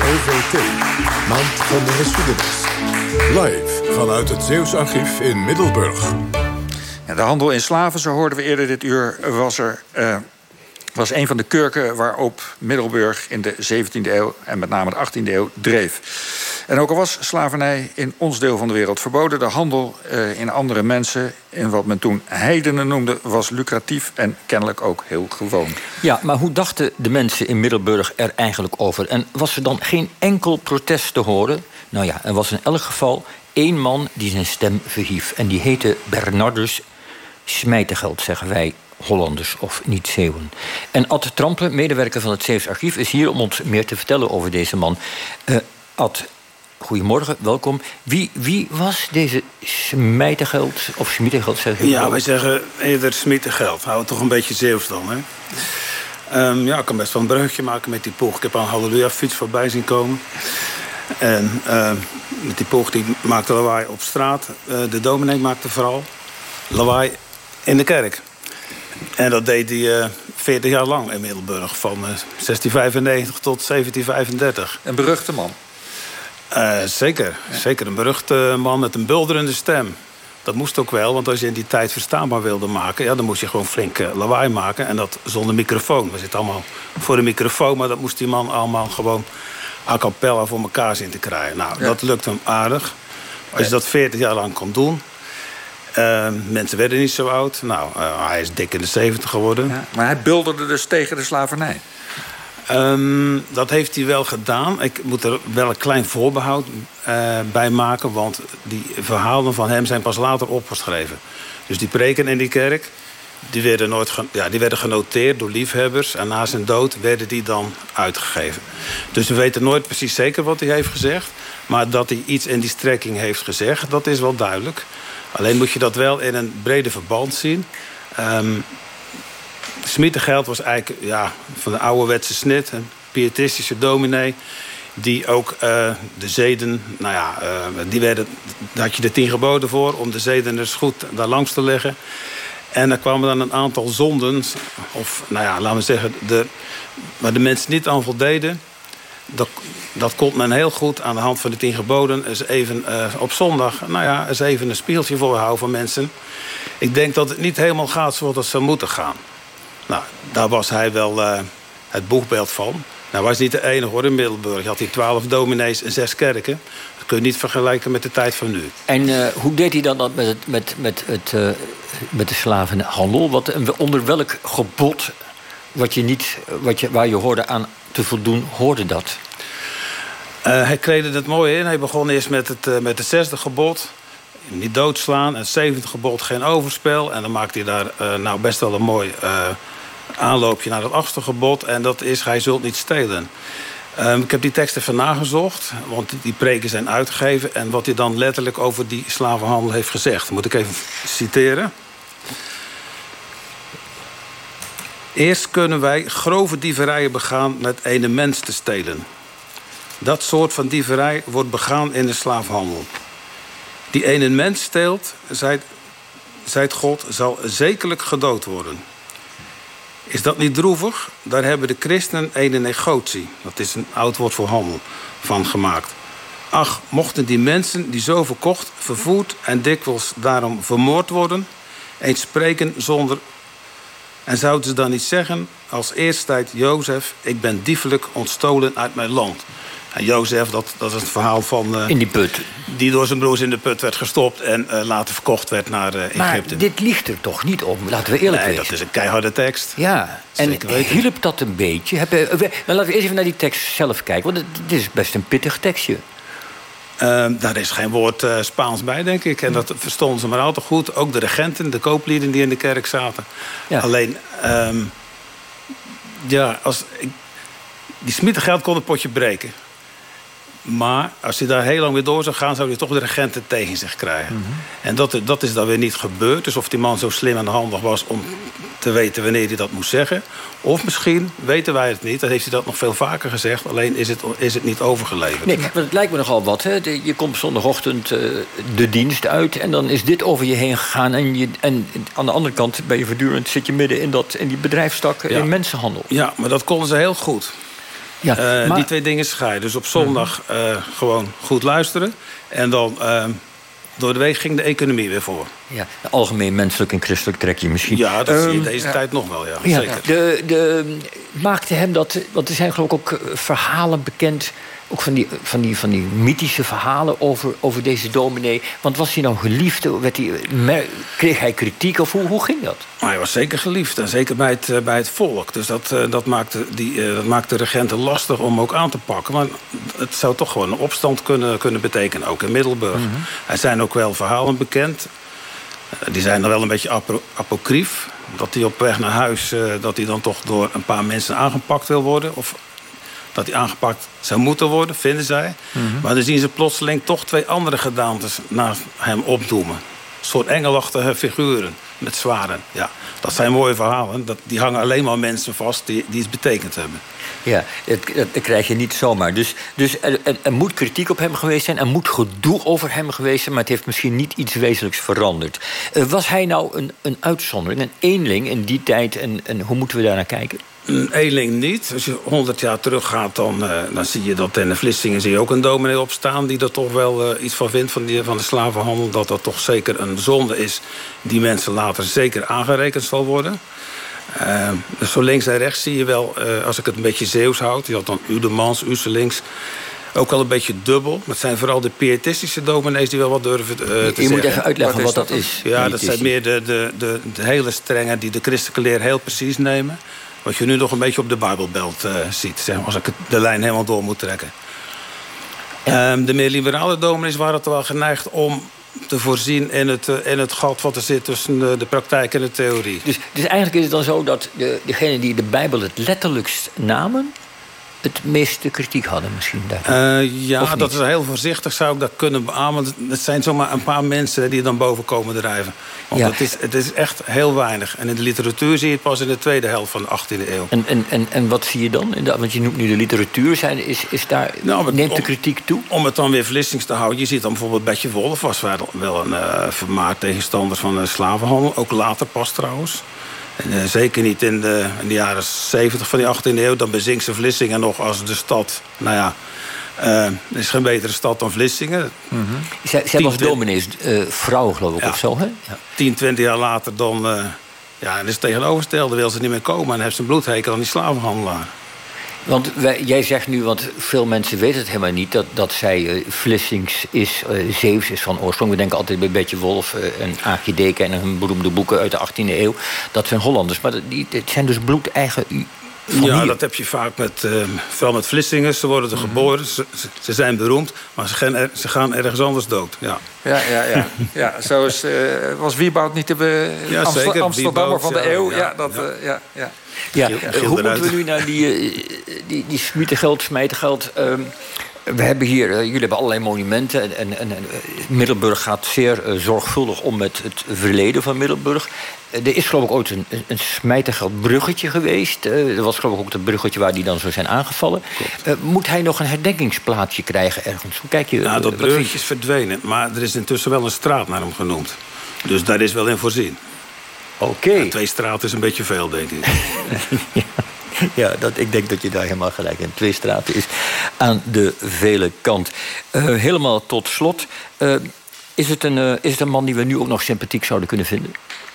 OVT, Maand van de Geschiedenis. Live vanuit het Zeeuws Archief in Middelburg. Ja, de handel in slaven, zo hoorden we eerder dit uur, was een van de kurken waarop Middelburg in de 17e eeuw en met name de 18e eeuw dreef. En ook al was slavernij in ons deel van de wereld verboden, de handel in andere mensen, in wat men toen heidenen noemde, was lucratief en kennelijk ook heel gewoon. Ja, maar hoe dachten de mensen in Middelburg er eigenlijk over? En was er dan geen enkel protest te horen? Nou ja, er was in elk geval één man die zijn stem verhief. En die heette Bernardus Smijtegeld, zeggen wij Hollanders of niet-Zeeuwen. En Ad Trampe, medewerker van het Zeeuws Archief, is hier om ons meer te vertellen over deze man. Ad, goedemorgen, welkom. Wie was deze Smijtegeld of Smijtegeld, zeg je? Ja, wij zeggen eerder Smijtegeld. Hou het toch een beetje Zeeuws dan, hè? Ja, ik kan best wel een bruggetje maken met die poeg. Ik heb al een halleluja-fiets voorbij zien komen. En met die poeg die maakte lawaai op straat. De dominee maakte vooral lawaai in de kerk. En dat deed hij 40 jaar lang in Middelburg. Van 1695 tot 1735. Een beruchte man. Zeker. Ja. Zeker een beruchte man met een bulderende stem. Dat moest ook wel, want als je in die tijd verstaanbaar wilde maken, ja, dan moest je gewoon flink lawaai maken. En dat zonder microfoon. We zitten allemaal voor de microfoon, maar dat moest die man allemaal gewoon a cappella voor elkaar zien te krijgen. Nou, ja. Dat lukte hem aardig. Als je dat 40 jaar lang kon doen. Mensen werden niet zo oud. Nou, hij is dik in de 70 geworden. Ja, maar hij bulderde dus tegen de slavernij. Dat heeft hij wel gedaan. Ik moet er wel een klein voorbehoud bij maken, want die verhalen van hem zijn pas later opgeschreven. Dus die preken in die kerk, die werden genoteerd door liefhebbers. En na zijn dood werden die dan uitgegeven. Dus we weten nooit precies zeker wat hij heeft gezegd. Maar dat hij iets in die strekking heeft gezegd, dat is wel duidelijk. Alleen moet je dat wel in een brede verband zien. Smijtegeld was eigenlijk van de ouderwetse snit, een pietistische dominee, die ook de zeden, daar had je de 10 geboden voor, om de zeden dus goed daar langs te leggen. En daar kwamen dan een aantal zonden, of laten we zeggen, waar de mensen niet aan voldeden. Dat kon men heel goed aan de hand van de 10 geboden eens even op zondag, eens even een spiegeltje voorhouden van mensen. Ik denk dat het niet helemaal gaat zoals het zou moeten gaan. Nou, daar was hij wel het boegbeeld van. Nou, was niet de enige hoor in Middelburg. Je had hier 12 dominees en 6 kerken. Dat kun je niet vergelijken met de tijd van nu. En hoe deed hij dan met de slavenhandel? Onder welk gebod waar je hoorde aan te voldoen, hoorde dat? Hij kleedde het mooi in. Hij begon eerst met het 6e gebod. Niet doodslaan. En het 7e gebod, geen overspel. En dan maakte hij daar best wel een mooi aanloopje naar het 8e gebod. En dat is, gij zult niet stelen. Ik heb die tekst even nagezocht. Want die preken zijn uitgegeven. En wat hij dan letterlijk over die slavenhandel heeft gezegd. Moet ik even citeren. Eerst kunnen wij grove dieverijen begaan met ene mens te stelen. Dat soort van dieverij wordt begaan in de slavenhandel. Die ene mens steelt, zijt God, zal zekerlijk gedood worden. Is dat niet droevig? Daar hebben de christenen ene negotie, dat is een oud woord voor handel, van gemaakt. Ach, mochten die mensen die zo verkocht, vervoerd en dikwijls daarom vermoord worden, eens spreken zonder. En zouden ze dan niet zeggen, als eersttijd Jozef, ik ben diefelijk ontstolen uit mijn land. En Jozef, dat is het verhaal van in die put. Die door zijn broers in de put werd gestopt en later verkocht werd naar Egypte. Maar dit ligt er toch niet om, laten we eerlijk zijn. Nee, dat is een keiharde tekst. Ja, en hielp dat een beetje? Laten we eerst even naar die tekst zelf kijken, want dit is best een pittig tekstje. Daar is geen woord Spaans bij, denk ik. En dat verstonden ze maar al te goed. Ook de regenten, de kooplieden die in de kerk zaten. Ja. Alleen, die Smijtegeld kon een potje breken. Maar als hij daar heel lang weer door zou gaan, zou hij toch de regenten tegen zich krijgen. Mm-hmm. En dat is dan weer niet gebeurd. Dus of die man zo slim en handig was om te weten wanneer hij dat moest zeggen. Of misschien weten wij het niet. Dan heeft hij dat nog veel vaker gezegd. Alleen is het niet overgeleverd. Nee, maar het lijkt me nogal wat. Hè? Je komt zondagochtend de dienst uit en dan is dit over je heen gegaan. En aan de andere kant zit je midden in die bedrijfstak in mensenhandel. Ja, maar dat konden ze heel goed. Ja, maar... Die twee dingen scheiden. Dus op zondag gewoon goed luisteren. En dan door de week ging de economie weer voor. Ja, algemeen menselijk en christelijk trekje misschien. Ja, dat zie je deze tijd nog wel, ja. Zeker. Maakte hem dat... Want er zijn geloof ik ook verhalen bekend... ook van die mythische verhalen over deze dominee. Want was hij nou geliefd? Kreeg hij kritiek? Of hoe ging dat? Hij was zeker geliefd. En zeker bij het volk. Dus dat maakte de regenten lastig om ook aan te pakken. Maar het zou toch gewoon een opstand kunnen betekenen. Ook in Middelburg. Mm-hmm. Er zijn ook wel verhalen bekend. Die zijn dan wel een beetje apocrief. Dat hij op weg naar huis... dat hij dan toch door een paar mensen aangepakt wil worden... of dat hij aangepakt zou moeten worden, vinden zij. Mm-hmm. Maar dan zien ze plotseling toch 2 andere gedaantes naar hem opdoemen. Een soort engelachtige figuren met zwaarden. Ja, dat zijn mooie verhalen. Die hangen alleen maar mensen vast die iets betekend hebben. Ja, dat krijg je niet zomaar. Dus er moet kritiek op hem geweest zijn. Er moet gedoe over hem geweest zijn. Maar het heeft misschien niet iets wezenlijks veranderd. Was hij nou een uitzondering, een eenling in die tijd? En hoe moeten we daar naar kijken? Een eenling niet. Als je 100 jaar teruggaat, dan zie je dat in de Vlissingen zie je ook een dominee opstaan die er toch wel iets van vindt van de slavenhandel. Dat toch zeker een zonde is die mensen later zeker aangerekend zal worden. Dus zo links en rechts zie je wel, als ik het een beetje Zeeuws houd, je had dan Udemans, Usselings, ook wel een beetje dubbel. Maar het zijn vooral de pietistische dominees die wel wat durven te zeggen. Je moet even uitleggen wat dat is. Ja, dat zijn meer de hele strenge die de christelijke leer heel precies nemen. Wat je nu nog een beetje op de Bijbelbelt ziet, zeg maar, als ik de lijn helemaal door moet trekken. De meer liberale dominees waren toch wel geneigd om te voorzien in het gat wat er zit tussen de praktijk en de theorie. Dus eigenlijk is het dan zo dat degenen die de Bijbel het letterlijkst namen het meeste kritiek hadden misschien daar. Ja, dat is heel voorzichtig, zou ik dat kunnen beamen. Het zijn zomaar een paar mensen die dan boven komen drijven. Want het is echt heel weinig. En in de literatuur zie je het pas in de tweede helft van de 18e eeuw. En wat zie je dan? Want je noemt nu de literatuur. Is daar, neemt de kritiek toe? Om het dan weer Vlissings te houden. Je ziet dan bijvoorbeeld Betje Wolf was wel een vermaard tegenstander van de slavenhandel. Ook later pas trouwens. En zeker niet in de jaren 70 van die 18e eeuw. Dan bezinkt ze Vlissingen nog als de stad. Nou ja, er is geen betere stad dan Vlissingen. Mm-hmm. Zij was dominees vrouw, geloof ik, of zo, hè? Ja. 10, 20 jaar later dan... dat is tegenovergestelde. Wil ze niet meer komen en heeft ze een bloedhekel aan die slavenhandelaar. Want jij zegt nu, want veel mensen weten het helemaal niet... dat zij Vlissings is, Zeeuws is van oorsprong. We denken altijd bij Betje Wolf en Aagje Deken... en hun beroemde boeken uit de 18e eeuw. Dat zijn Hollanders, maar het zijn dus bloedeigen van ja, hier. Dat heb je vaak vooral met Vlissingen. Ze worden er geboren, ze zijn beroemd... maar ze gaan ergens anders dood, ja. Ja, zo was Wieboud niet de Amsterdammer van de eeuw. Hoe moeten we nu naar die smietegeld, smijtegeld... we hebben hier, jullie hebben allerlei monumenten... en Middelburg gaat zeer zorgvuldig om met het verleden van Middelburg. Er is geloof ik ooit een smijtegeldbruggetje geweest. Er was geloof ik ook het bruggetje waar die dan zo zijn aangevallen. Moet hij nog een herdenkingsplaatsje krijgen ergens? Hoe kijk je? Nou, dat bruggetje is verdwenen. Maar er is intussen wel een straat naar hem genoemd. Dus daar is wel in voorzien. Oké. 2 straten is een beetje veel, denk ik. Ja, ik denk dat je daar helemaal gelijk in. 2 straten is aan de vele kant. Helemaal tot slot. Is het een man die we nu ook nog sympathiek zouden kunnen vinden?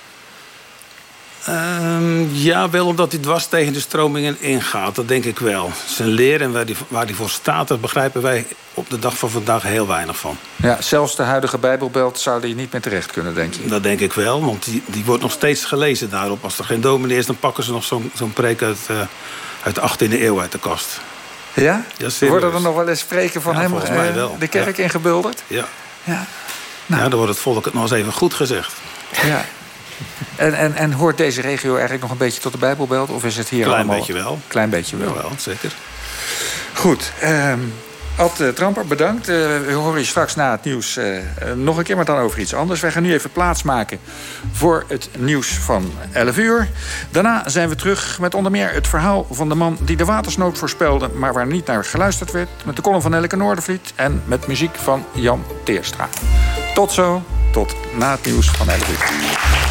Ja, wel omdat hij dwars tegen de stromingen ingaat. Dat denk ik wel. Zijn leer en waar hij voor staat... daar begrijpen wij op de dag van vandaag heel weinig van. Ja, zelfs de huidige Bijbelbelt zou er niet meer terecht kunnen, denk je? Dat denk ik wel, want die wordt nog steeds gelezen daarop. Als er geen dominee is, dan pakken ze nog zo'n preek uit de 18e eeuw uit de kast. Ja? Ja, worden er nog wel eens spreken van hem volgens mij wel. De kerk ingebulderd? Ja. Ja. Nou. Ja, dan wordt het volk het nog eens even goed gezegd. Ja. En hoort deze regio eigenlijk nog een beetje tot de Bijbelbelt? Of is het hier allemaal... Klein beetje wel, zeker. Goed. Ad Tramper, bedankt. We horen je straks na het nieuws nog een keer, maar dan over iets anders. Wij gaan nu even plaatsmaken voor het nieuws van 11 uur. Daarna zijn we terug met onder meer het verhaal van de man die de watersnood voorspelde, maar waar niet naar geluisterd werd. Met de column van Elke Noordervliet en met muziek van Jan Teerstra. Tot zo, tot na het nieuws van 11 uur.